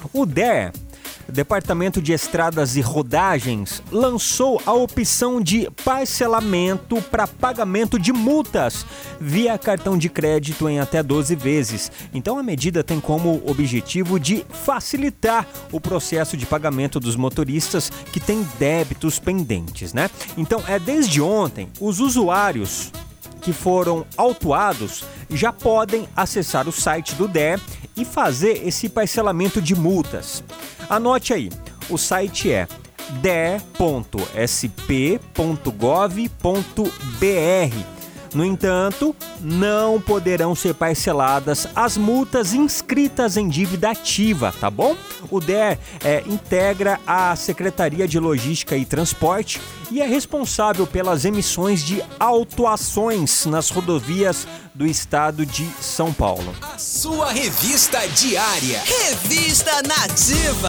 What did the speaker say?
O DER, Departamento de Estradas e Rodagens, lançou a opção de parcelamento para pagamento de multas via cartão de crédito em até 12 vezes. Então a medida tem como objetivo de facilitar o processo de pagamento dos motoristas que têm débitos pendentes, né? Então desde ontem, os usuários que foram autuados já podem acessar o site do DER e fazer esse parcelamento de multas. Anote aí, o site é der.sp.gov.br. No entanto, não poderão ser parceladas as multas inscritas em dívida ativa, tá bom? O DER integra a Secretaria de Logística e Transporte e é responsável pelas emissões de autuações nas rodovias do estado de São Paulo. A sua revista diária. Revista Nativa.